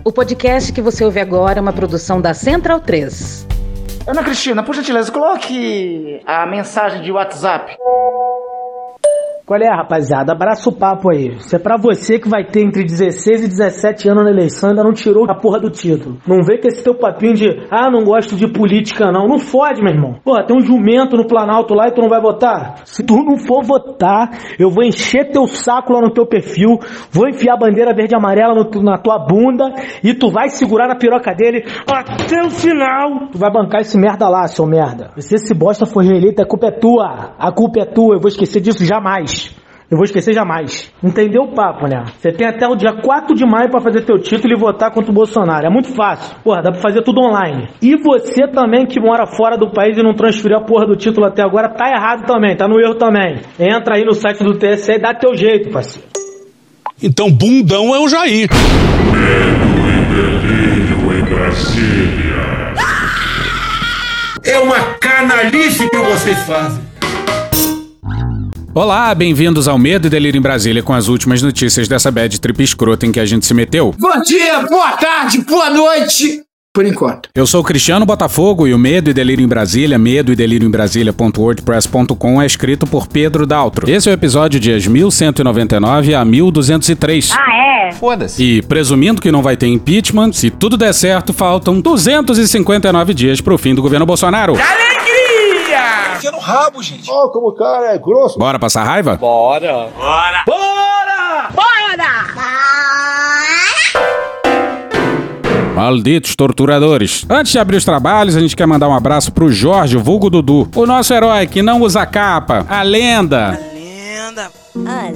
O podcast que você ouve agora é uma produção da Central 3. Ana Cristina, por gentileza, coloque a mensagem de WhatsApp. Qual é, rapaziada? Abraça o papo aí. Isso é pra você que vai ter entre 16 e 17 anos na eleição e ainda não tirou a porra do título. Não vem com esse teu papinho de não gosto de política não. Não fode, meu irmão. Porra, tem um jumento no Planalto lá e tu não vai votar? Se tu não for votar, eu vou encher teu saco lá no teu perfil, vou enfiar a bandeira verde e amarela na tua bunda e tu vai segurar na piroca dele até o final. Tu vai bancar esse merda lá, seu merda. Se esse bosta for reeleito, a culpa é tua. A culpa é tua. Eu vou esquecer disso jamais. Eu vou esquecer jamais. Entendeu o papo, né? Você tem até o dia 4 de maio pra fazer teu título e votar contra o Bolsonaro. É muito fácil. Porra, dá pra fazer tudo online. E você também que mora fora do país e não transferiu a porra do título até agora, tá errado também, tá no erro também. Entra aí no site do TSE e dá teu jeito, parceiro. Então bundão é o Jair. Medo e delírio em Brasília. É uma canalice que vocês fazem. Olá, bem-vindos ao Medo e Delírio em Brasília com as últimas notícias dessa bad trip escrota em que a gente se meteu. Bom dia, boa tarde, boa noite, por enquanto. Eu sou o Cristiano Botafogo e o Medo e Delírio em Brasília, medoedelirioembrasilha.wordpress.com, é escrito por Pedro Daltro. Esse é o episódio dias 1199 a 1203. Foda-se. E presumindo que não vai ter impeachment, se tudo der certo, faltam 259 dias pro fim do governo Bolsonaro. No rabo, gente. Ó, como o cara é grosso. Bora passar raiva? Bora. Malditos torturadores. Antes de abrir os trabalhos, a gente quer mandar um abraço pro Jorge, o vulgo Dudu. O nosso herói que não usa capa. A lenda. A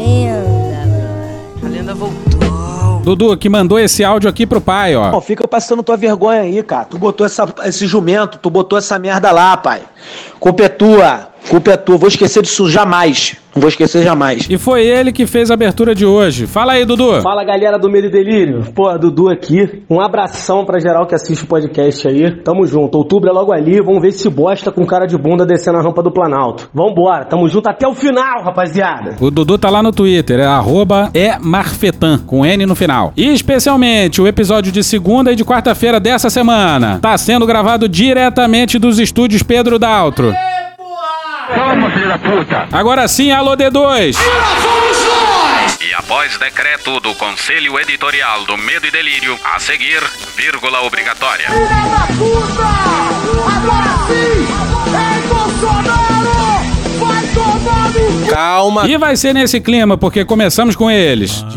lenda voltou. Dudu, que mandou esse áudio aqui pro pai, ó. Não, fica passando tua vergonha aí, cara. Tu botou esse jumento, tu botou essa merda lá, pai. Culpa é tua. Vou esquecer disso jamais. Não vou esquecer jamais. E foi ele que fez a abertura de hoje. Fala aí, Dudu. Fala, galera do Medo e Delírio. Pô, Dudu aqui. Um abração pra geral que assiste o podcast aí. Tamo junto. Outubro é logo ali. Vamos ver se bosta com cara de bunda descendo a rampa do Planalto. Vambora. Tamo junto até o final, rapaziada. O Dudu tá lá no Twitter. É @marfetan, com N no final. E especialmente o episódio de segunda e de quarta-feira dessa semana tá sendo gravado diretamente dos estúdios Pedro Daltro. Toma, filho da puta. Agora sim, alô D2. E após decreto do Conselho Editorial do Medo e Delírio, a seguir, vírgula obrigatória. Filha da puta! Agora sim! É Bolsonaro! Vai tomar no... Calma. E vai ser nesse clima, porque começamos com eles.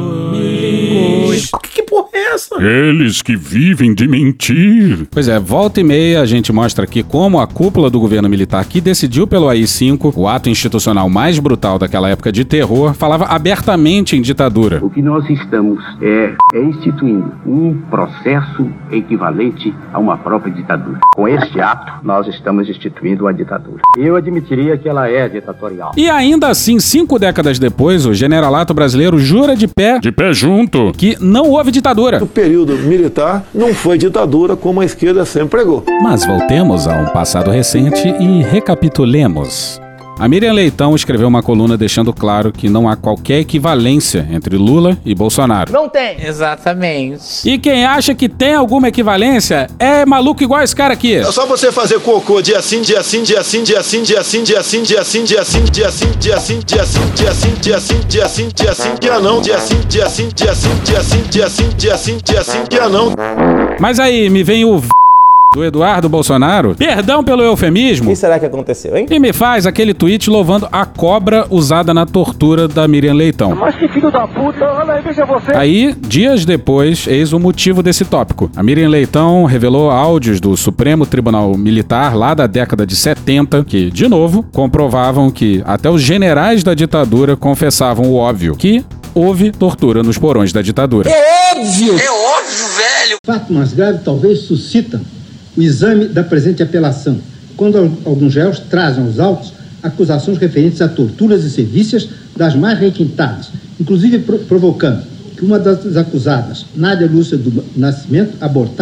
Que porra é essa? Eles que vivem de mentir. Pois é, volta e meia a gente mostra aqui como a cúpula do governo militar que decidiu pelo AI-5, o ato institucional mais brutal daquela época de terror, falava abertamente em ditadura. O que nós estamos instituindo um processo equivalente a uma própria ditadura. Com este ato, nós estamos instituindo uma ditadura. Eu admitiria que ela é ditatorial. E ainda assim, 5 décadas depois, o generalato brasileiro jura de pé junto, que não houve ditadura. O período militar não foi ditadura como a esquerda sempre pregou. Mas voltemos a um passado recente e recapitulemos. A Miriam Leitão escreveu uma coluna deixando claro que não há qualquer equivalência entre Lula e Bolsonaro. Não tem. Exatamente. E quem acha que tem alguma equivalência é maluco igual esse cara aqui. É só você fazer cocô dia sim, dia sim, dia sim, dia sim, dia sim, dia sim, dia sim, dia sim, dia sim, dia sim, dia sim, dia sim, dia sim, dia sim, dia sim, dia não, dia sim, dia sim, dia sim, dia sim, dia sim, dia sim, dia sim, dia não. Mas aí me vem o do Eduardo Bolsonaro, perdão pelo eufemismo. O que será que aconteceu, hein? E me faz aquele tweet louvando a cobra usada na tortura da Miriam Leitão. Mas que filho da puta, olha aí, veja você. Aí, dias depois, eis o motivo desse tópico. A Miriam Leitão revelou áudios do Supremo Tribunal Militar lá da década de 70, que, de novo, comprovavam que até os generais da ditadura confessavam o óbvio, que houve tortura nos porões da ditadura. É óbvio, velho. O fato mais grave talvez suscita o exame da presente apelação, quando alguns réus trazem aos autos acusações referentes a torturas e sevícias das mais requintadas, inclusive provocando que uma das acusadas, Nádia Lúcia do Nascimento, abortasse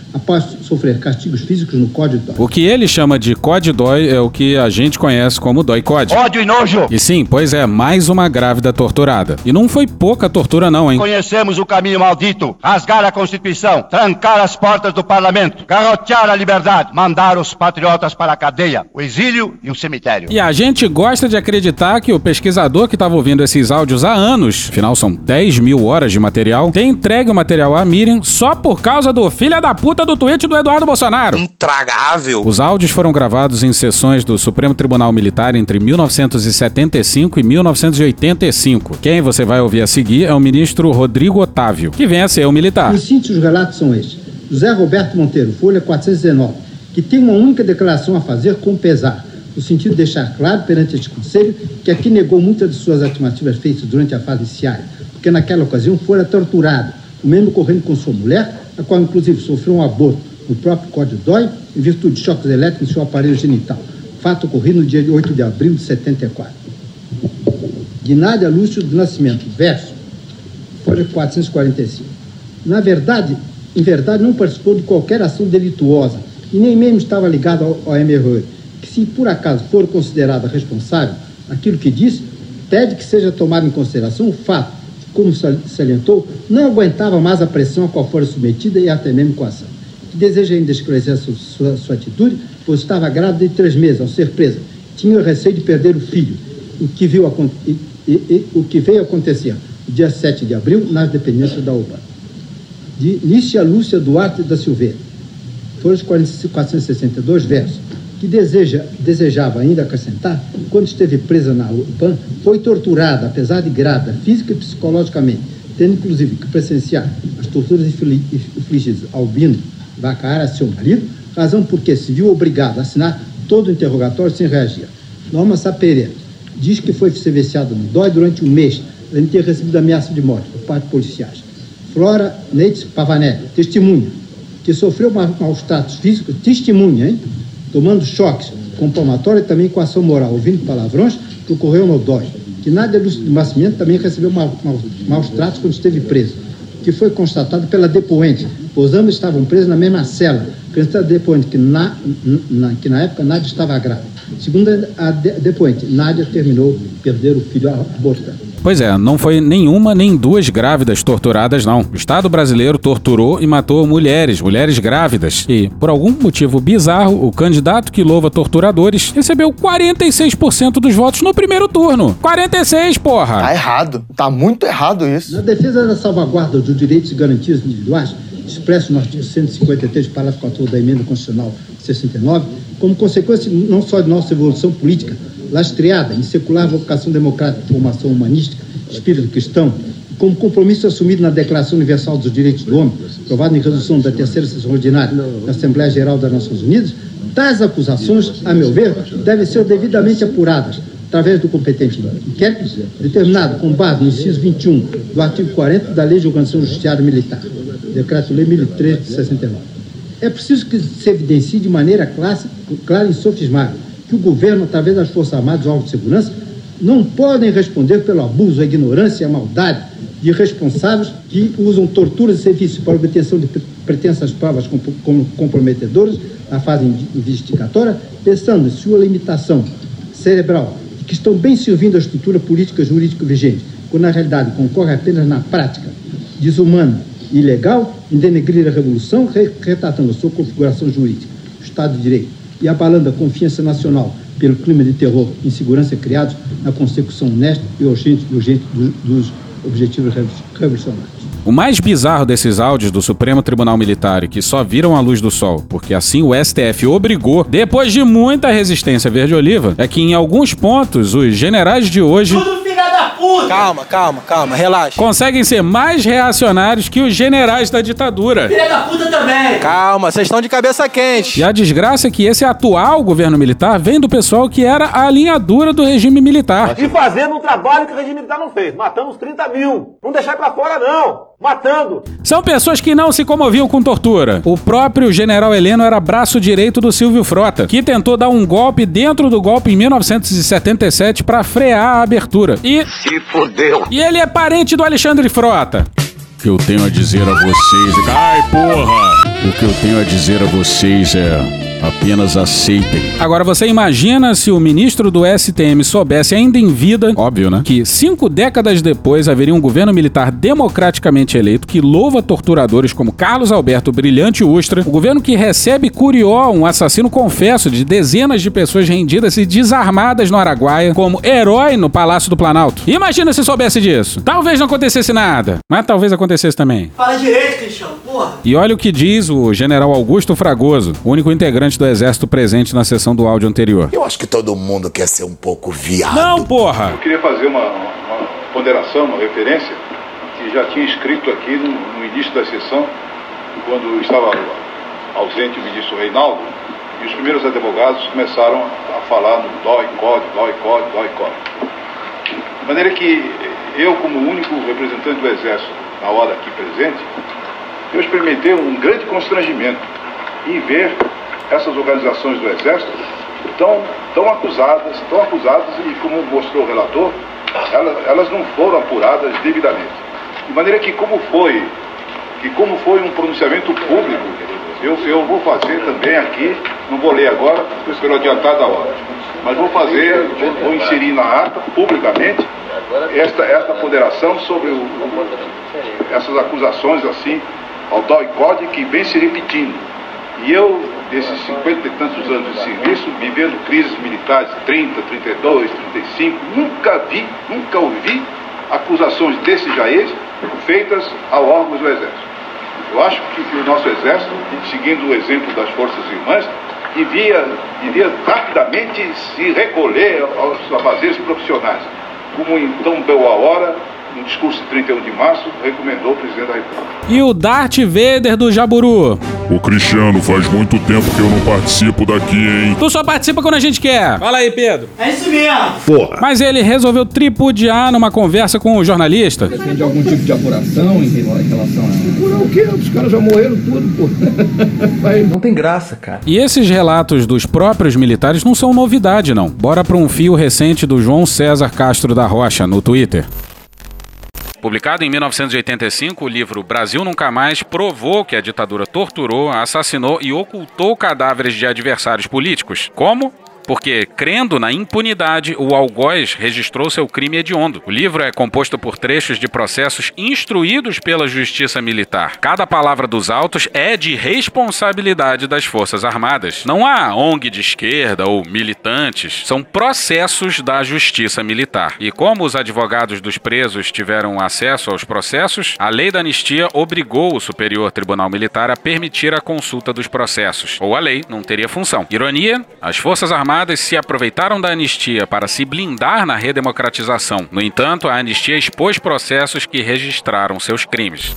após sofrer castigos físicos no Código Dói. O que ele chama de Código-Dói é o que a gente conhece como dói-code. Ódio e nojo! E sim, pois é, mais uma grávida torturada. E não foi pouca tortura não, hein? Conhecemos o caminho maldito, rasgar a Constituição, trancar as portas do Parlamento, garrotear a liberdade, mandar os patriotas para a cadeia, o exílio e o cemitério. E a gente gosta de acreditar que o pesquisador que estava ouvindo esses áudios há anos, afinal são 10 mil horas de material, tem entregue o material à Miriam só por causa do filho da puta do tweet do Eduardo Bolsonaro. Intragável. Os áudios foram gravados em sessões do Supremo Tribunal Militar entre 1975 e 1985. Quem você vai ouvir a seguir é o ministro Rodrigo Otávio, que vem a ser um militar. Em síntese, os relatos são estes. José Roberto Monteiro, Folha 419, que tem uma única declaração a fazer com pesar, no sentido de deixar claro perante este Conselho que aqui negou muitas de suas afirmativas feitas durante a fase inicial, porque naquela ocasião fora torturado, o mesmo ocorrendo com sua mulher, a qual inclusive sofreu um aborto no próprio Código Dói, em virtude de choques elétricos em seu aparelho genital. Fato ocorrido no dia 8 de abril de 74. Guinádia Lúcio do Nascimento, verso, Folha 445. Em verdade, não participou de qualquer ação delituosa e nem mesmo estava ligado ao MRE, que se por acaso for considerada responsável, aquilo que disse, pede que seja tomado em consideração o fato, como salientou, não aguentava mais a pressão a qual fora submetida e até mesmo com a ação. Que deseja ainda esclarecer sua atitude, pois estava grávida de 3 meses ao ser presa. Tinha o receio de perder o filho, o que veio acontecer no dia 7 de abril nas dependências da UBA. De Lícia Lúcia Duarte da Silveira, Folha 462, verso, que desejava ainda acrescentar, quando esteve presa na UPAM, foi torturada, apesar de grávida, física e psicologicamente, tendo inclusive que presenciar as torturas infligidas ao Albino Vacara, seu marido, razão porque se viu obrigado a assinar todo o interrogatório sem reagir. Norma Sapereira diz que foi sequenciada no DOI durante um mês, além de ter recebido ameaça de morte por parte de policiais. Flora Neitz Pavanelli, testemunha, que sofreu maus tratos físicos, testemunha, hein? Tomando choques com palmatória e também com ação moral, ouvindo palavrões, que ocorreu no DOI. Que Nádia Lúcio do Nascimento também recebeu maus tratos quando esteve preso, que foi constatado pela depoente, pois ambos estavam presos na mesma cela, acreditando a depoente que na época Nádia estava grávida. Segundo a depoente, Nádia terminou de perder o filho abortado. Pois é, não foi nenhuma nem duas grávidas torturadas, não. O Estado brasileiro torturou e matou mulheres grávidas. E, por algum motivo bizarro, o candidato que louva torturadores recebeu 46% dos votos no primeiro turno. 46, porra! Tá errado. Tá muito errado isso. Na defesa da salvaguarda dos direitos e garantias individuais, expresso no artigo 153, parágrafo 14 da Emenda Constitucional 69, como consequência não só de nossa evolução política, lastreada em secular vocação democrática e formação humanística, espírito cristão, e como compromisso assumido na Declaração Universal dos Direitos do Homem, aprovado em resolução da 3ª Sessão Ordinária da Assembleia Geral das Nações Unidas, tais acusações, a meu ver, devem ser devidamente apuradas, através do competente inquérito, determinado com base no inciso 21 do artigo 40 da Lei de Organização do Judiciário Militar, Decreto-Lei 1003 de 69. É preciso que se evidencie de maneira clara e insofismável que o governo, através das Forças Armadas e órgãos de segurança, não podem responder pelo abuso, a ignorância e a maldade de responsáveis que usam torturas e serviços para obtenção de pretensas provas comprometedoras na fase investigatória, pensando em sua limitação cerebral, e que estão bem servindo a estrutura política jurídica vigente, quando na realidade concorre apenas na prática desumana e ilegal em denegrir a Revolução, retratando a sua configuração jurídica, o Estado de Direito, e abalando a confiança nacional pelo clima de terror e insegurança criados na consecução honesta e urgente dos objetivos revolucionários. O mais bizarro desses áudios do Supremo Tribunal Militar e que só viram a luz do sol, porque assim o STF obrigou, depois de muita resistência verde-oliva, é que em alguns pontos os generais de hoje... Calma, relaxa. Conseguem ser mais reacionários que os generais da ditadura. Filha da puta também! Calma, vocês estão de cabeça quente. E a desgraça é que esse atual governo militar vem do pessoal que era a linha dura do regime militar. E fazendo um trabalho que o regime militar não fez. Matando os 30 mil. Não deixar pra fora, não. Matando. São pessoas que não se comoviam com tortura. O próprio general Heleno era braço direito do Silvio Frota, que tentou dar um golpe dentro do golpe em 1977 para frear a abertura. E... se fodeu. E ele é parente do Alexandre Frota. Que eu tenho a dizer a vocês... Ai, porra! O que eu tenho a dizer a vocês é... apenas aceitem. Agora, você imagina se o ministro do STM soubesse ainda em vida, óbvio, né? Que 5 décadas depois haveria um governo militar democraticamente eleito que louva torturadores como Carlos Alberto Brilhante Ustra, o governo que recebe Curió, um assassino confesso de dezenas de pessoas rendidas e desarmadas no Araguaia, como herói no Palácio do Planalto. Imagina se soubesse disso. Talvez não acontecesse nada, mas talvez acontecesse também. Fala direito, Cristiano, porra! E olha o que diz o general Augusto Fragoso, o único integrante do Exército presente na sessão do áudio anterior. Eu acho que todo mundo quer ser um pouco viado. Não, porra! Eu queria fazer uma ponderação, uma referência, que já tinha escrito aqui no início da sessão, quando estava ausente o ministro Reinaldo, e os primeiros advogados começaram a falar no dói-code. De maneira que eu, como único representante do Exército, na hora aqui presente, eu experimentei um grande constrangimento em ver essas organizações do Exército tão acusadas e, como mostrou o relator, elas não foram apuradas devidamente. De maneira que como foi um pronunciamento público, eu vou fazer também aqui, não vou ler agora, pelo adiantado da hora, mas vou inserir na ata, publicamente, esta ponderação sobre essas acusações assim, ao dói-code, que vem se repetindo. E eu, desses 50 e tantos anos de serviço, vivendo crises militares 30, 32, 35, nunca ouvi acusações desse jaez feitas a órgãos do Exército. Eu acho que o nosso Exército, seguindo o exemplo das Forças Irmãs, devia rapidamente se recolher aos afazeres profissionais, como então deu a hora, no discurso de 31 de março, recomendou o presidente da República. E o Darth Vader do Jaburu? Ô Cristiano, faz muito tempo que eu não participo daqui, hein? Tu só participa quando a gente quer. Fala aí, Pedro. É isso mesmo. Porra. Mas ele resolveu tripudiar numa conversa com o jornalista. Depende de algum tipo de apuração em relação a... Apurar o quê? Os caras já morreram tudo, pô. Não tem graça, cara. E esses relatos dos próprios militares não são novidade, não. Bora pra um fio recente do João César Castro da Rocha no Twitter. Publicado em 1985, o livro Brasil Nunca Mais provou que a ditadura torturou, assassinou e ocultou cadáveres de adversários políticos. Como? Porque, crendo na impunidade, o algoz registrou seu crime hediondo. O livro é composto por trechos de processos instruídos pela Justiça Militar. Cada palavra dos autos é de responsabilidade das Forças Armadas. Não há ONG de esquerda ou militantes. São processos da Justiça Militar. E como os advogados dos presos tiveram acesso aos processos, a lei da anistia obrigou o Superior Tribunal Militar a permitir a consulta dos processos. Ou a lei não teria função. Ironia, as Forças Armadas se aproveitaram da anistia para se blindar na redemocratização. No entanto, a anistia expôs processos que registraram seus crimes.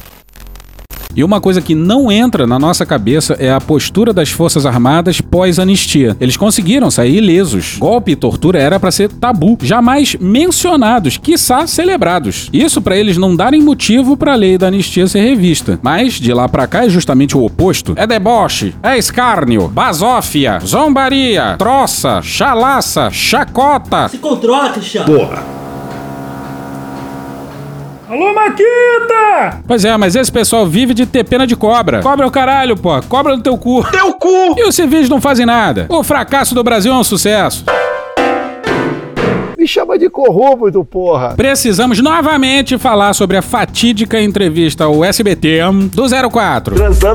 E uma coisa que não entra na nossa cabeça é a postura das Forças Armadas pós-anistia. Eles conseguiram sair ilesos. Golpe e tortura era para ser tabu, jamais mencionados, quiçá celebrados. Isso para eles não darem motivo para a lei da anistia ser revista. Mas de lá para cá é justamente o oposto. É deboche, é escárnio, basófia, zombaria, troça, chalaça, chacota. Se controla, Cristiano. Porra. Alô, Maquita! Pois é, mas esse pessoal vive de ter pena de cobra. Cobra é o caralho, pô. Cobra no teu cu. Teu cu! E os civis não fazem nada. O fracasso do Brasil é um sucesso. Me chama de corrupto, porra. Precisamos novamente falar sobre a fatídica entrevista ao SBT do 04.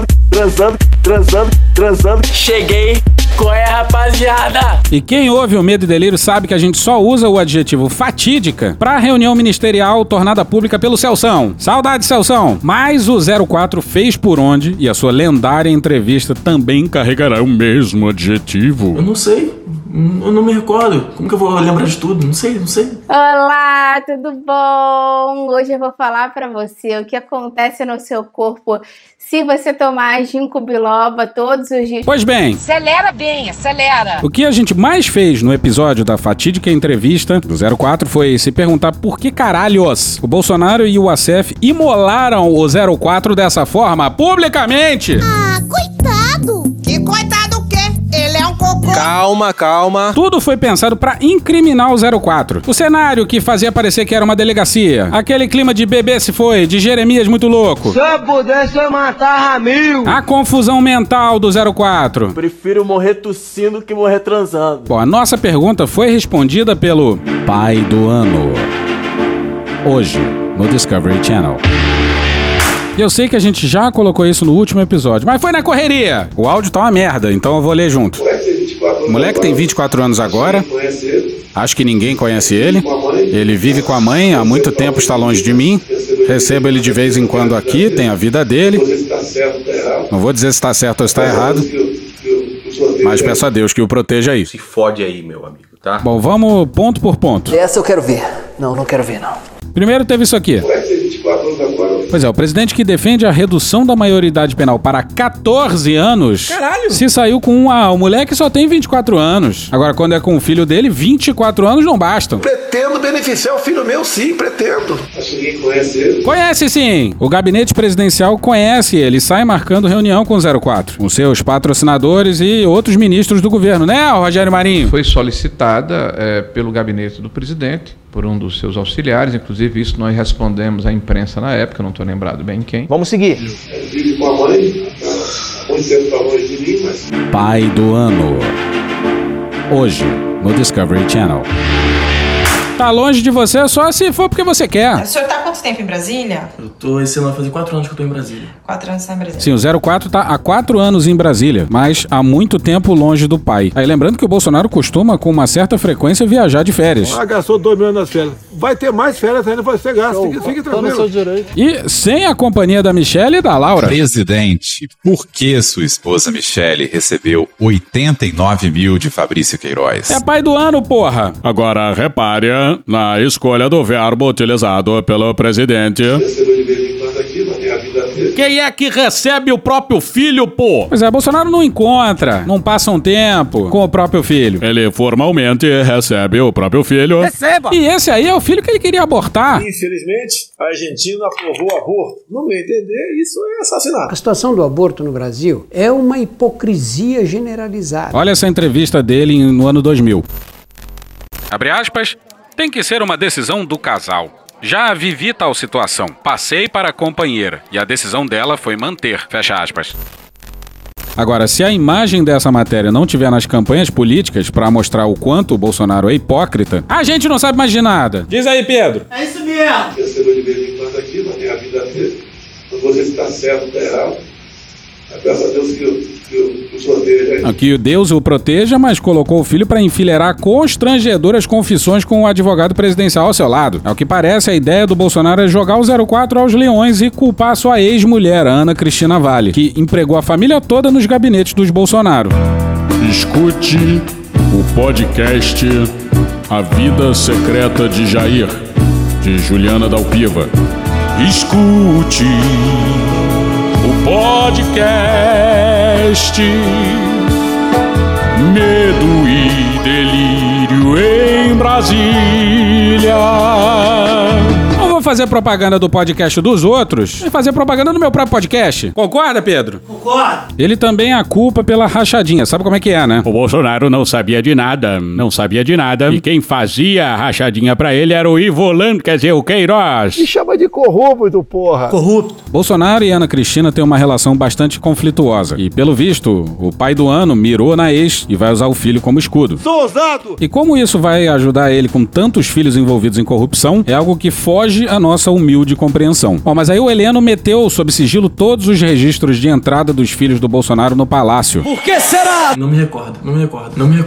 Transando. Cheguei. Qual é, rapaziada? E quem ouve o Medo e Delírio sabe que a gente só usa o adjetivo fatídica pra reunião ministerial tornada pública pelo Celção. Saudade, Celção! Mas o 04 fez por onde e a sua lendária entrevista também carregará o mesmo adjetivo. Eu não sei. Eu não me recordo. Como que eu vou lembrar de tudo? Não sei. Olá, tudo bom? Hoje eu vou falar pra você o que acontece no seu corpo se você tomar ginkgo biloba todos os dias. Pois bem. Acelera bem, acelera. O que a gente mais fez no episódio da fatídica entrevista do 04 foi se perguntar por que caralhos o Bolsonaro e o ACF imolaram o 04 dessa forma, publicamente. Ah, coitado. Que coitado o quê? Ele é um cocô. Calma. Tudo foi pensado pra incriminar o 04. O cenário que fazia parecer que era uma delegacia. Aquele clima de bebê se foi, de Jeremias muito louco. Se eu pudesse, eu matava 1000. A confusão mental do 04. Prefiro morrer tossindo que morrer transando. Bom, a nossa pergunta foi respondida pelo pai do ano. Hoje, no Discovery Channel. E eu sei que a gente já colocou isso no último episódio, mas foi na correria. O áudio tá uma merda, então eu vou ler junto. O moleque tem 24 anos agora. Acho que ninguém conhece ele. Ele vive com a mãe, há muito tempo está longe de mim. Recebo ele de vez em quando aqui, tem a vida dele. Não vou dizer se está certo ou está errado, mas peço a Deus que o proteja aí. Se fode aí, meu amigo, tá? Bom, vamos ponto por ponto. Essa eu quero ver. Não quero ver, não. Primeiro teve isso aqui. Pois é, o presidente que defende a redução da maioridade penal para 14 anos... Caralho! Se saiu com o moleque só tem 24 anos. Agora, quando é com o filho dele, 24 anos não bastam. Pretendo beneficiar o filho meu, sim, pretendo. Acho que ninguém conhece ele. Conhece sim! O gabinete presidencial conhece ele, sai marcando reunião com o 04, com seus patrocinadores e outros ministros do governo, né, Rogério Marinho? Foi solicitada pelo gabinete do presidente, por um dos seus auxiliares, inclusive isso nós respondemos à imprensa na época, não estou lembrado bem quem. Vamos seguir. Ele vive com a mãe, há muito tempo está longe de mim, mas... Pai do ano. Hoje, no Discovery Channel. Tá longe de você só se for porque você quer. O senhor tá há quanto tempo em Brasília? Eu tô, esse ano vai fazer 4 anos que eu tô em Brasília. 4 anos tá em Brasília. Sim, o 04 tá há 4 anos em Brasília, mas há muito tempo longe do pai. Aí lembrando que o Bolsonaro costuma, com uma certa frequência, viajar de férias. Gastou 2 milhões nas férias. Vai ter mais férias ainda pra ser gasto. Fique tranquilo. E sem a companhia da Michelle e da Laura. Presidente, por que sua esposa Michelle recebeu 89 mil de Fabrício Queiroz? É pai do ano, porra! Agora, repare na escolha do verbo utilizado pelo presidente. Quem é que recebe o próprio filho, pô? Pois é, Bolsonaro não encontra, não passa um tempo com o próprio filho. Ele formalmente recebe o próprio filho. Receba! E esse aí é o filho que ele queria abortar. Infelizmente, a Argentina aprovou o aborto. No meu entender, isso é assassinato. A situação do aborto no Brasil é uma hipocrisia generalizada. Olha essa entrevista dele no ano 2000. Abre aspas. Tem que ser uma decisão do casal. Já vivi tal situação. Passei para a companheira e a decisão dela foi manter. Fecha aspas. Agora, se a imagem dessa matéria não tiver nas campanhas políticas para mostrar o quanto o Bolsonaro é hipócrita, a gente não sabe mais de nada. Diz aí, Pedro. É isso mesmo. Recebeu de vez em quando aqui, manter a vida dele. Não vou dizer se está certo ou está errado. Peço a Deus que o proteja. Que Deus o proteja, mas colocou o filho para enfileirar constrangedoras confissões com o advogado presidencial ao seu lado. Ao que parece, a ideia do Bolsonaro é jogar o 04 aos leões e culpar sua ex-mulher, a Ana Cristina Vale, que empregou a família toda nos gabinetes dos Bolsonaro. Escute o podcast A Vida Secreta de Jair, de Juliana Dalpiva. Escute o podcast Medo e Delírio em Brasília. Não vou fazer propaganda do podcast dos outros e fazer propaganda do meu próprio podcast. Concorda, Pedro? Concordo. Ele também a culpa pela rachadinha. Sabe como é que é, né? O Bolsonaro não sabia de nada. E quem fazia a rachadinha pra ele era o Ivolando, quer dizer, o Queiroz. Me chama de corrupto, porra. Corrupto. Bolsonaro e Ana Cristina têm uma relação bastante conflituosa. E, pelo visto, o pai do ano mirou na ex e vai usar o filho como escudo. Sou ousado! E como isso vai ajudar ele com tantos filhos envolvidos em corrupção, é algo que foge à nossa humilde compreensão. Bom, mas aí o Heleno meteu sob sigilo todos os registros de entrada dos filhos do Bolsonaro no palácio. Por que será? Não me recordo. Não me recordo, não me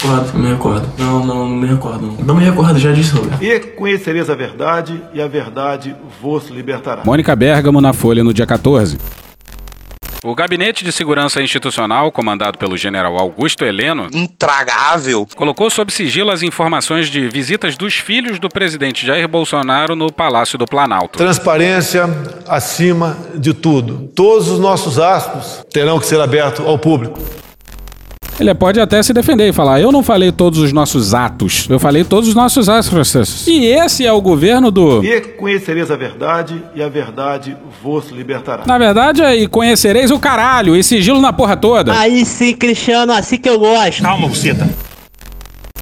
recordo, já disse, Roberto. E conhecereis a verdade, e a verdade vos libertará. Mônica Bergamo na Folha no dia 14. O Gabinete de Segurança Institucional, comandado pelo general Augusto Heleno, intragável, colocou sob sigilo as informações de visitas dos filhos do presidente Jair Bolsonaro no Palácio do Planalto. Transparência acima de tudo. Todos os nossos atos terão que ser abertos ao público. Ele pode até se defender e falar, eu não falei todos os nossos atos, eu falei todos os nossos atos. E esse é o governo do... E conhecereis a verdade, e a verdade vos libertará. Na verdade, e conhecereis o caralho, e sigilo na porra toda. Aí sim, Cristiano, assim que eu gosto. Calma, buceta.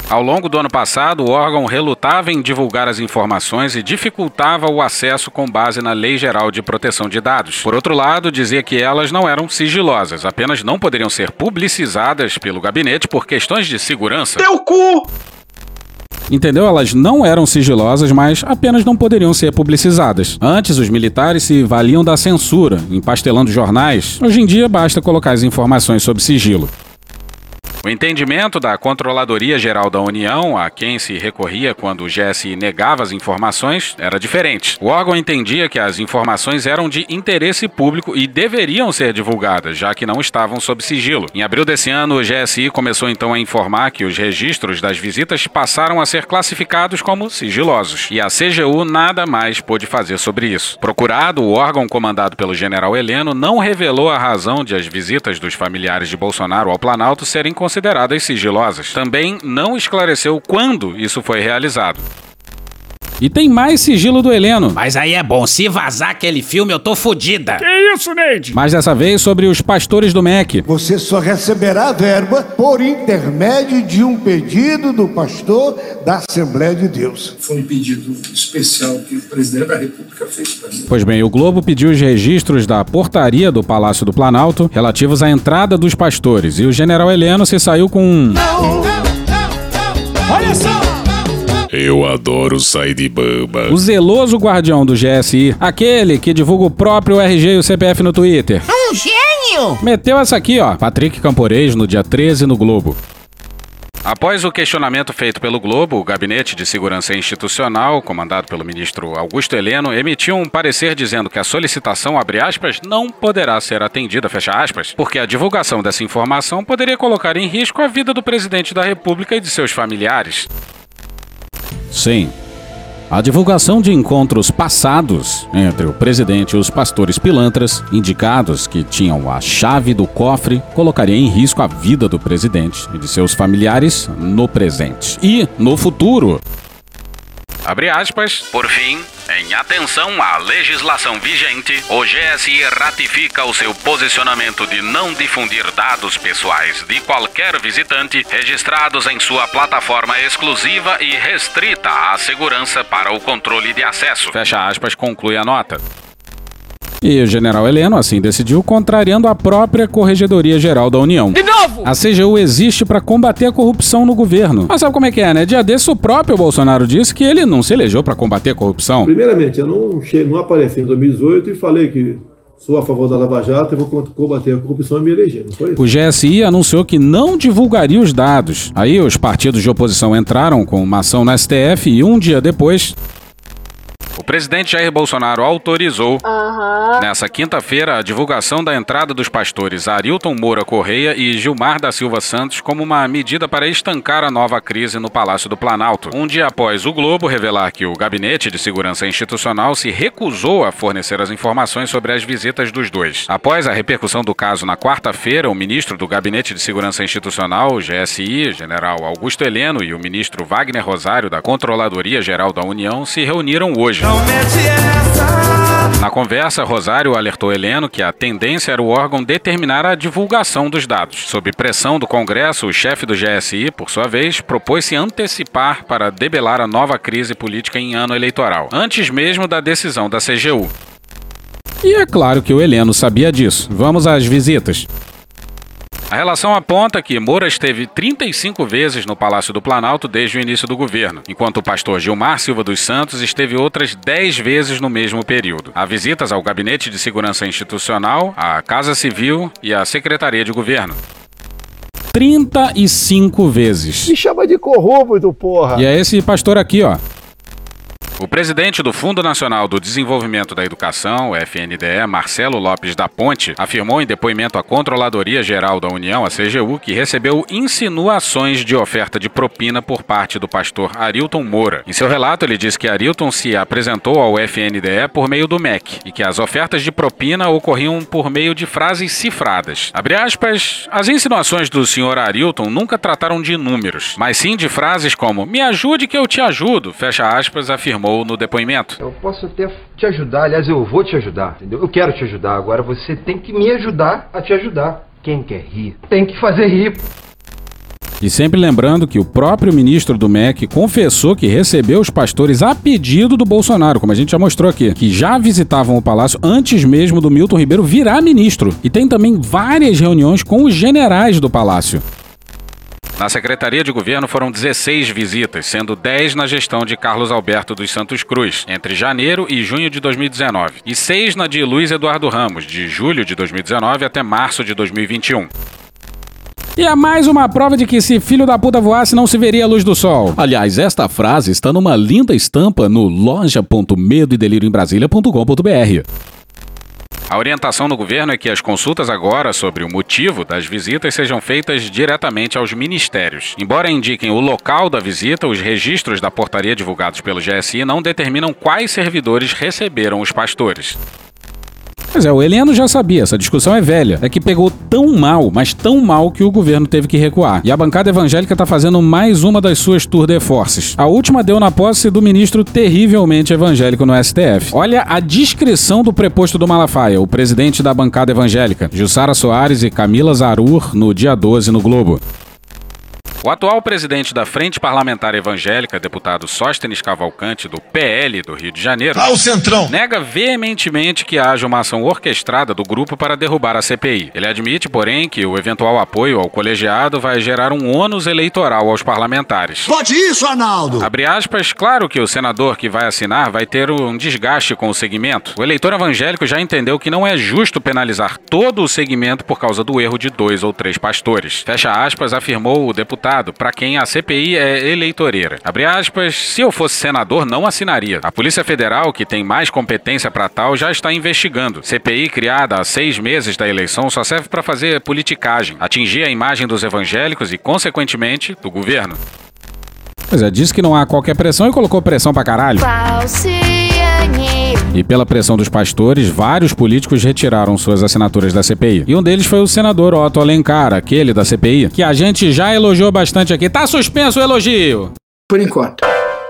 Ao longo do ano passado, o órgão relutava em divulgar as informações e dificultava o acesso com base na Lei Geral de Proteção de Dados. Por outro lado, dizia que elas não eram sigilosas, apenas não poderiam ser publicizadas pelo gabinete por questões de segurança. Teu cu! Entendeu? Elas não eram sigilosas, mas apenas não poderiam ser publicizadas. Antes, os militares se valiam da censura, empastelando jornais. Hoje em dia, basta colocar as informações sob sigilo. O entendimento da Controladoria Geral da União, a quem se recorria quando o GSI negava as informações, era diferente. O órgão entendia que as informações eram de interesse público e deveriam ser divulgadas, já que não estavam sob sigilo. Em abril desse ano, o GSI começou então a informar que os registros das visitas passaram a ser classificados como sigilosos, e a CGU nada mais pôde fazer sobre isso. Procurado, o órgão comandado pelo general Heleno não revelou a razão de as visitas dos familiares de Bolsonaro ao Planalto serem consideradas sigilosas. Também não esclareceu quando isso foi realizado. E tem mais sigilo do Heleno. Mas aí é bom, se vazar aquele filme eu tô fodida. Que isso, Neide? Mas dessa vez sobre os pastores do MEC. Você só receberá verba por intermédio de um pedido do pastor da Assembleia de Deus. Foi um pedido especial que o presidente da República fez para mim. Pois bem, o Globo pediu os registros da portaria do Palácio do Planalto relativos à entrada dos pastores. E o general Heleno se saiu com Olha só! Eu adoro sair de bamba. O zeloso guardião do GSI, aquele que divulga o próprio RG e o CPF no Twitter. Um gênio! Meteu essa aqui, ó. Patrick Camporês, no dia 13 no Globo. Após o questionamento feito pelo Globo, o Gabinete de Segurança Institucional, comandado pelo ministro Augusto Heleno, emitiu um parecer dizendo que a solicitação, abre aspas, não poderá ser atendida, fecha aspas, porque a divulgação dessa informação poderia colocar em risco a vida do presidente da República e de seus familiares. Sim, a divulgação de encontros passados entre o presidente e os pastores pilantras, indicados que tinham a chave do cofre, colocaria em risco a vida do presidente e de seus familiares no presente e no futuro. Abre aspas. Por fim, em atenção à legislação vigente, o GSI ratifica o seu posicionamento de não difundir dados pessoais de qualquer visitante registrados em sua plataforma exclusiva e restrita à segurança para o controle de acesso. Fecha aspas, conclui a nota. E o general Heleno assim decidiu, contrariando a própria Corregedoria Geral da União. De novo! A CGU existe para combater a corrupção no governo. Mas sabe como é que é, né? Dia desse o próprio Bolsonaro disse que ele não se elegeu para combater a corrupção. Primeiramente, eu não apareci em 2018 e falei que sou a favor da Lava Jato e vou combater a corrupção e me eleger, não foi isso? O GSI anunciou que não divulgaria os dados. Aí os partidos de oposição entraram com uma ação no STF e um dia depois o presidente Jair Bolsonaro autorizou, nessa quinta-feira, a divulgação da entrada dos pastores Arilton Moura Correia e Gilmar da Silva Santos como uma medida para estancar a nova crise no Palácio do Planalto. Um dia após o Globo revelar que o Gabinete de Segurança Institucional se recusou a fornecer as informações sobre as visitas dos dois. Após a repercussão do caso na quarta-feira, o ministro do Gabinete de Segurança Institucional, o GSI, general Augusto Heleno, e o ministro Wagner Rosário, da Controladoria Geral da União, se reuniram hoje. Na conversa, Rosário alertou Heleno que a tendência era o órgão determinar a divulgação dos dados. Sob pressão do Congresso, o chefe do GSI, por sua vez, propôs se antecipar para debelar a nova crise política em ano eleitoral, antes mesmo da decisão da CGU. E é claro que o Heleno sabia disso. Vamos às visitas. A relação aponta que Moura esteve 35 vezes no Palácio do Planalto desde o início do governo, enquanto o pastor Gilmar Silva dos Santos esteve outras 10 vezes no mesmo período. Há visitas ao Gabinete de Segurança Institucional, à Casa Civil e à Secretaria de Governo. 35 vezes. Me chama de corrupto, porra! E é esse pastor aqui, ó. O presidente do Fundo Nacional do Desenvolvimento da Educação, o FNDE, Marcelo Lopes da Ponte, afirmou em depoimento à Controladoria Geral da União, a CGU, que recebeu insinuações de oferta de propina por parte do pastor Arilton Moura. Em seu relato, ele diz que Arilton se apresentou ao FNDE por meio do MEC e que as ofertas de propina ocorriam por meio de frases cifradas. Abre aspas, as insinuações do senhor Arilton nunca trataram de números, mas sim de frases como "me ajude que eu te ajudo", fecha aspas, afirmou no depoimento. Eu posso até te ajudar, aliás, eu vou te ajudar, entendeu? Eu quero te ajudar, agora você tem que me ajudar a te ajudar. Quem quer rir, tem que fazer rir. E sempre lembrando que o próprio ministro do MEC confessou que recebeu os pastores a pedido do Bolsonaro, como a gente já mostrou aqui, que já visitavam o palácio antes mesmo do Milton Ribeiro virar ministro. E tem também várias reuniões com os generais do palácio. Na Secretaria de Governo foram 16 visitas, sendo 10 na gestão de Carlos Alberto dos Santos Cruz, entre janeiro e junho de 2019, e 6 na de Luiz Eduardo Ramos, de julho de 2019 até março de 2021. E é mais uma prova de que se filho da puta voasse não se veria a luz do sol. Aliás, esta frase está numa linda estampa no loja.medoedelirioembrasilha.com.br. A orientação do governo é que as consultas agora sobre o motivo das visitas sejam feitas diretamente aos ministérios. Embora indiquem o local da visita, os registros da portaria divulgados pelo GSI não determinam quais servidores receberam os pastores. Pois é, o Heleno já sabia, essa discussão é velha. É que pegou tão mal, mas tão mal que o governo teve que recuar. E a bancada evangélica tá fazendo mais uma das suas tour de forces. A última deu na posse do ministro terrivelmente evangélico no STF. Olha a descrição do preposto do Malafaia, o presidente da bancada evangélica, Jussara Soares e Camila Zarur, no dia 12 no Globo. O atual presidente da Frente Parlamentar Evangélica, deputado Sóstenes Cavalcante, do PL do Rio de Janeiro, o Centrão, nega veementemente que haja uma ação orquestrada do grupo para derrubar a CPI. Ele admite, porém, que o eventual apoio ao colegiado vai gerar um ônus eleitoral aos parlamentares. Pode isso, Arnaldo! Abre aspas, claro que o senador que vai assinar vai ter um desgaste com o segmento. O eleitor evangélico já entendeu que não é justo penalizar todo o segmento por causa do erro de 2 ou 3 pastores. Fecha aspas, afirmou o deputado, para quem a CPI é eleitoreira. Abre aspas, se eu fosse senador, não assinaria. A Polícia Federal, que tem mais competência para tal, já está investigando. CPI criada há 6 meses da eleição só serve para fazer politicagem, atingir a imagem dos evangélicos e, consequentemente, do governo. Pois é, disse que não há qualquer pressão e colocou pressão pra caralho. E pela pressão dos pastores, vários políticos retiraram suas assinaturas da CPI. E um deles foi o senador Otto Alencar, aquele da CPI, que a gente já elogiou bastante aqui. Tá suspenso o elogio! Por enquanto.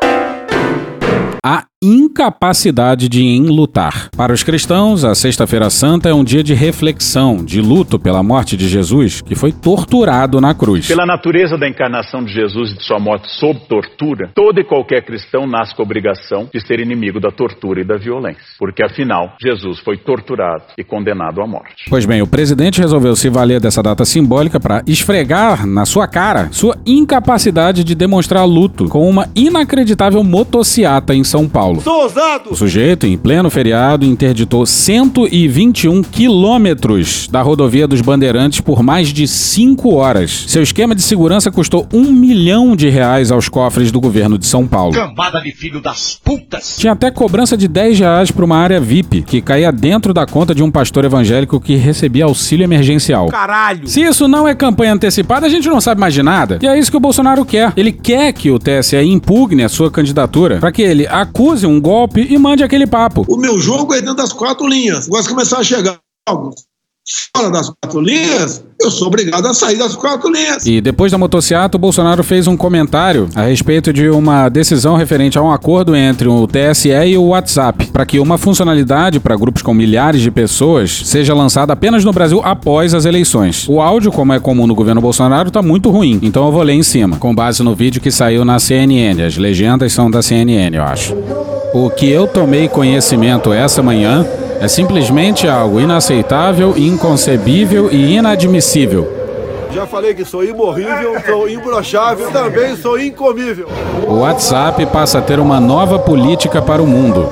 A incapacidade de enlutar. Para os cristãos, a Sexta-feira Santa é um dia de reflexão, de luto pela morte de Jesus, que foi torturado na cruz. Pela natureza da encarnação de Jesus e de sua morte sob tortura, todo e qualquer cristão nasce com a obrigação de ser inimigo da tortura e da violência, porque afinal, Jesus foi torturado e condenado à morte. Pois bem, o presidente resolveu se valer dessa data simbólica para esfregar na sua cara sua incapacidade de demonstrar luto com uma inacreditável motociata em São Paulo. Sou ousado! O sujeito, em pleno feriado, interditou 121 quilômetros da rodovia dos Bandeirantes por mais de 5 horas. Seu esquema de segurança custou R$1 milhão aos cofres do governo de São Paulo. Cambada de filho das putas! Tinha até cobrança de R$10 para uma área VIP, que caía dentro da conta de um pastor evangélico que recebia auxílio emergencial. Caralho! Se isso não é campanha antecipada, a gente não sabe mais de nada. E é isso que o Bolsonaro quer. Ele quer que o TSE impugne a sua candidatura para que ele acuse um golpe e mande aquele papo. O meu jogo é dentro das 4 linhas. Agora, se começar a chegar algo fora das 4 linhas, eu sou obrigado a sair das 4 linhas. E depois da motociata, o Bolsonaro fez um comentário a respeito de uma decisão referente a um acordo entre o TSE e o WhatsApp, para que uma funcionalidade para grupos com milhares de pessoas seja lançada apenas no Brasil após as eleições. O áudio, como é comum no governo Bolsonaro, tá muito ruim, então eu vou ler em cima, com base no vídeo que saiu na CNN. As legendas são da CNN, eu acho. O que eu tomei conhecimento essa manhã é simplesmente algo inaceitável, inconcebível e inadmissível. Já falei que sou imorrível, sou imbrochável, também sou incomível. O WhatsApp passa a ter uma nova política para o mundo.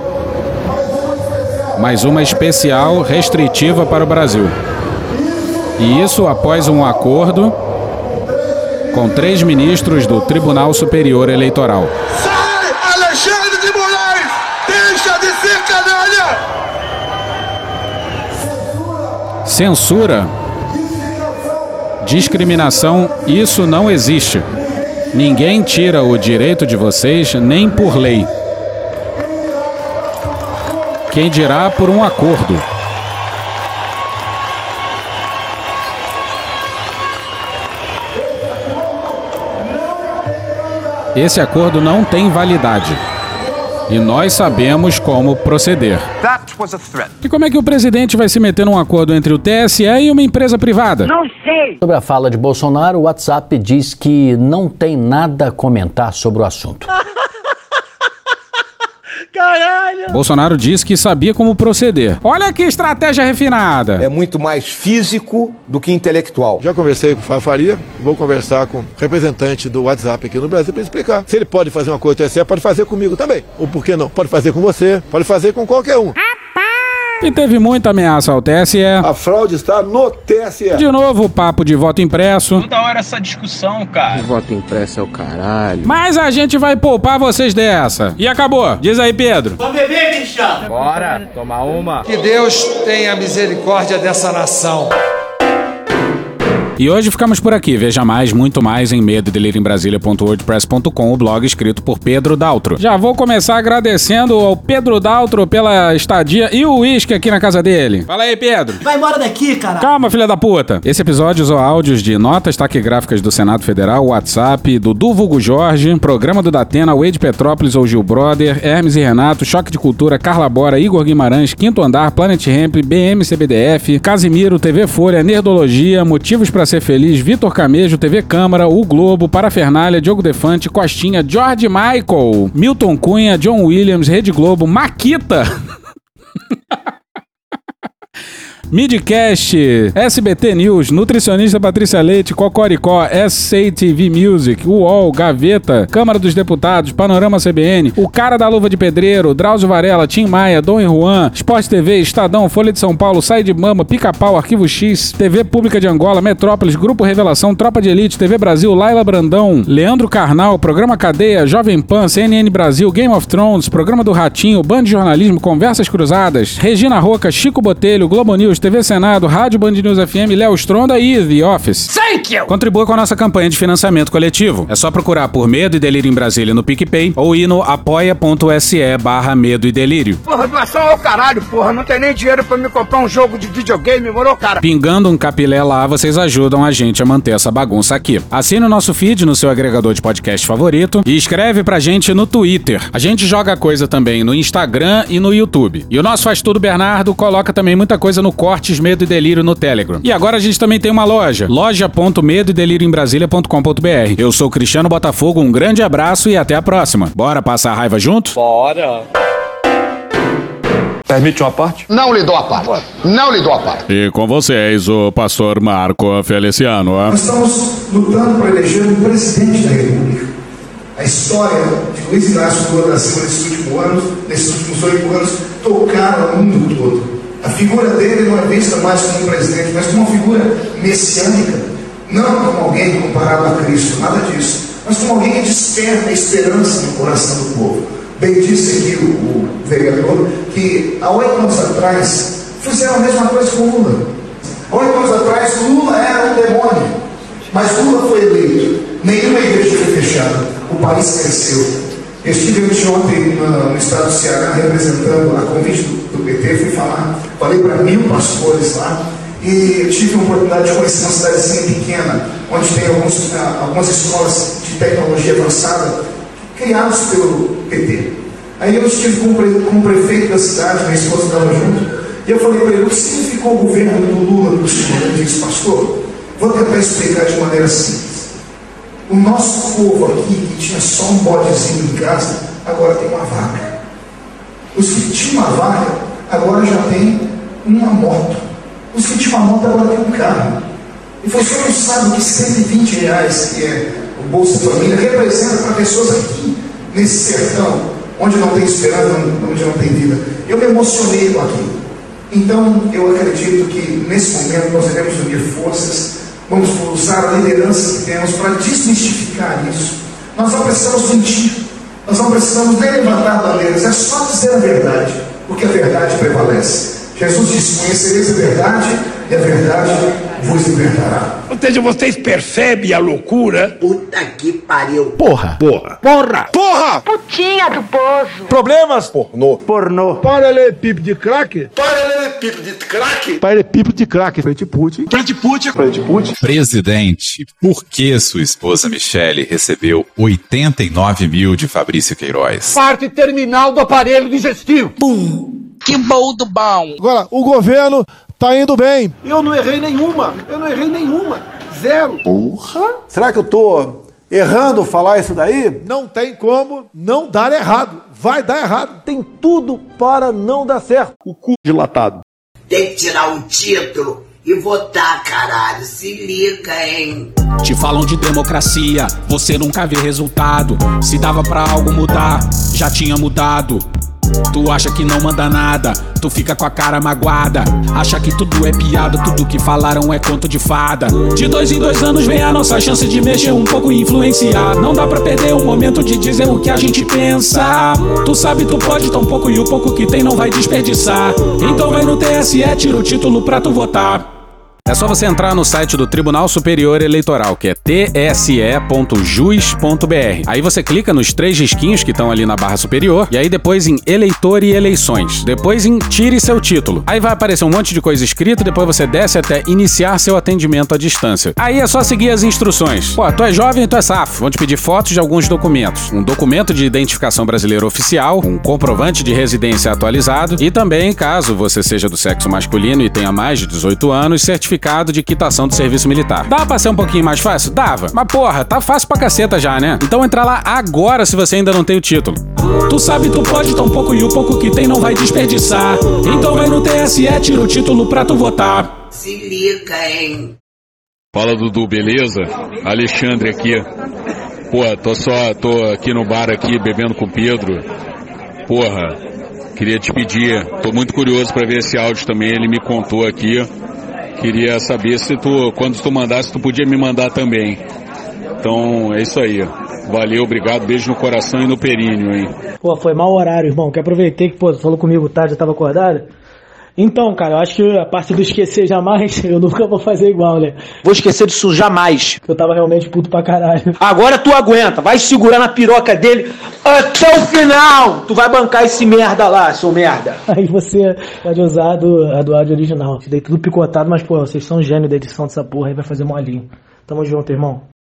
Mais uma especial restritiva para o Brasil. E isso após um acordo com 3 ministros do Tribunal Superior Eleitoral. Sai, Alexandre de Moraes! Deixa de ser canalha! Censura, discriminação, isso não existe. Ninguém tira o direito de vocês nem por lei. Quem dirá por um acordo. Esse acordo não tem validade. E nós sabemos como proceder. E como é que o presidente vai se meter num acordo entre o TSE e uma empresa privada? Não sei. Sobre a fala de Bolsonaro, o WhatsApp diz que não tem nada a comentar sobre o assunto. Caralho! Bolsonaro disse que sabia como proceder. Olha que estratégia refinada. É muito mais físico do que intelectual. Já conversei com o Faria, vou conversar com o representante do WhatsApp aqui no Brasil para explicar. Se ele pode fazer uma coisa no TSE, pode fazer comigo também. Ou por que não? Pode fazer com você, pode fazer com qualquer um. E teve muita ameaça ao TSE. A fraude está no TSE. De novo, o papo de voto impresso. Toda hora essa discussão, cara. O voto impresso é o caralho. Mas a gente vai poupar vocês dessa. E acabou. Diz aí, Pedro. Vamos beber, Cristiano. Bora, tomar uma. Que Deus tenha misericórdia dessa nação. E hoje ficamos por aqui. Veja mais, muito mais em medoedelirioembrasilha.wordpress.com, o blog escrito por Pedro Daltro. Já vou começar agradecendo ao Pedro Daltro pela estadia e o uísque aqui na casa dele. Fala aí, Pedro. Vai embora daqui, cara. Calma, filha da puta. Esse episódio usou áudios de notas taquigráficas do Senado Federal, WhatsApp, Dudu Vulgo Jorge, Programa do Datena, Wade Petrópolis ou Gil Brother, Hermes e Renato, Choque de Cultura, Carla Bora, Igor Guimarães, Quinto Andar, Planet Ramp, BMCBDF, Casimiro, TV Folha, Nerdologia, Motivos pra Ser Feliz, Vitor Camejo, TV Câmara, O Globo, Parafernália, Diogo Defante, Costinha, George Michael, Milton Cunha, John Williams, Rede Globo, Maquita... Midcast, SBT News, Nutricionista Patrícia Leite, Cocoricó, SCTV Music, UOL, Gaveta, Câmara dos Deputados, Panorama CBN, O Cara da Luva de Pedreiro, Drauzio Varela, Tim Maia, Dom e Juan, Sport TV, Estadão, Folha de São Paulo, Sai de Mama, Pica-Pau, Arquivo X, TV Pública de Angola, Metrópolis, Grupo Revelação, Tropa de Elite, TV Brasil, Laila Brandão, Leandro Carnal, Programa Cadeia, Jovem Pan, CNN Brasil, Game of Thrones, Programa do Ratinho, Band de Jornalismo, Conversas Cruzadas, Regina Roca, Chico Botelho, Globo News, TV Senado, Rádio Band News FM, Léo Stronda e The Office. Thank you! Contribua com a nossa campanha de financiamento coletivo. É só procurar por Medo e Delírio em Brasília no PicPay ou ir no apoia.se/Medo e Delírio. Porra, doação ao caralho, porra. Não tem nem dinheiro pra me comprar um jogo de videogame, moro, cara? Pingando um capilé lá, vocês ajudam a gente a manter essa bagunça aqui. Assine o nosso feed no seu agregador de podcast favorito e escreve pra gente no Twitter. A gente joga coisa também no Instagram e no YouTube. E o nosso Faz Tudo Bernardo coloca também muita coisa no Cortes Medo e Delírio no Telegram. E agora a gente também tem uma loja, loja.medoedelirioembrasilha.com.br. Eu sou Cristiano Botafogo, um grande abraço e até a próxima. Bora passar a raiva junto? Bora! Permite uma parte? Não lhe dou a parte. Não lhe dou a parte. E com vocês, o pastor Marco Feliciano. Nós estamos lutando para eleger um presidente da República. A história de Luiz Inácio Lula da Silva nesses últimos 8 anos, tocaram o mundo todo. A figura dele não é vista mais como um presidente, mas como uma figura messiânica. Não como alguém comparado a Cristo, nada disso. Mas como alguém que desperta a esperança no coração do povo. Bem disse aqui o vereador que há 8 anos atrás fizeram a mesma coisa com Lula. Há 8 anos atrás Lula era um demônio, mas Lula foi eleito. Nenhuma igreja foi fechada. O país cresceu. Eu estive ontem no estado do Ceará representando a convite do PT, fui falar, falei para 1000 pastores lá e tive a oportunidade de conhecer uma cidadezinha pequena, onde tem algumas escolas de tecnologia avançada criadas pelo PT. Aí eu estive com o prefeito da cidade, minha esposa estava junto, e eu falei para ele, o que significou o governo do Lula para o senhor? Ele disse, pastor, vou tentar explicar de maneira simples. O nosso povo aqui, que tinha só um bodezinho em casa, agora tem uma vaca. Os que tinham uma vaca, agora já tem uma moto. Os que tinham uma moto, agora tem um carro. E você não sabe que R$120, que é o Bolsa Família, representa para pessoas aqui, nesse sertão, onde não tem esperança, onde não tem vida. Eu me emocionei com aquilo. Então, eu acredito que, nesse momento, nós devemos unir forças. Vamos usar a liderança que temos para desmistificar isso. Nós não precisamos mentir. Nós não precisamos nem levantar bandeiras. É só dizer a verdade, porque a verdade prevalece. Jesus disse, conhecereis a verdade e a verdade vos libertará. Ou seja, vocês percebem a loucura? Puta que pariu. Porra. Putinha do poço. Problemas? Pornô. Paralelepípedo de crack? Paralelepípedo de crack? Paralelepípedo de crack. Frente Putin. Presidente, por que sua esposa Michele recebeu 89 mil de Fabrício Queiroz? Parte terminal do aparelho digestivo. Que bom do bom. Agora, o governo tá indo bem. Eu não errei nenhuma. Zero. Será que eu tô errando falar isso daí? Não tem como não dar errado. Vai dar errado. Tem tudo para não dar certo. O cu dilatado. Tem que tirar o título e votar, caralho. Se liga, hein? Te falam de democracia, você nunca vê resultado. Se dava pra algo mudar, já tinha mudado. Tu acha que não manda nada, tu fica com a cara magoada. Acha que tudo é piada, tudo que falaram é conto de fada. De 2 em 2 anos vem a nossa chance de mexer um pouco e influenciar. Não dá pra perder o momento de dizer o que a gente pensa. Tu sabe, tu pode tão pouco e o pouco que tem não vai desperdiçar. Então vai no TSE, tira o título pra tu votar. É só você entrar no site do Tribunal Superior Eleitoral, que é tse.jus.br. Aí você clica nos 3 risquinhos que estão ali na barra superior, e aí depois em Eleitor e Eleições. Depois em Tire seu título. Aí vai aparecer um monte de coisa escrita, depois você desce até Iniciar seu atendimento à distância. Aí é só seguir as instruções. Pô, tu é jovem e tu é safo. Vão te pedir fotos de alguns documentos. Um documento de identificação brasileira oficial, um comprovante de residência atualizado e também, caso você seja do sexo masculino e tenha mais de 18 anos, certificado de quitação do serviço militar. Dava pra ser um pouquinho mais fácil? Dava. Mas porra, tá fácil pra caceta já, né? Então entra lá agora se você ainda não tem o título. Tu sabe, tu pode tão pouco e o pouco que tem não vai desperdiçar. Então vai no TSE, tira o título pra tu votar. Se liga, hein? Fala, Dudu, beleza? Alexandre aqui. Pô, tô aqui no bar aqui, bebendo com o Pedro. Porra, queria te pedir, tô muito curioso pra ver esse áudio também, ele me contou aqui. Queria saber se quando tu mandasse, tu podia me mandar também. Então, é isso aí. Valeu, obrigado, beijo no coração e no períneo, hein? Pô, foi mau horário, irmão, que aproveitei que, pô, tu falou comigo tarde, eu tava acordado. Então, cara, eu acho que a parte do esquecer jamais, eu nunca vou fazer igual, né? Vou esquecer disso jamais. Eu tava realmente puto pra caralho. Agora tu aguenta, vai segurar na piroca dele até o final. Tu vai bancar esse merda lá, seu merda. Aí você pode usar a do áudio original. Te dei tudo picotado, mas, pô, vocês são gênio da edição dessa porra aí, vai fazer molinho. Tamo junto, irmão.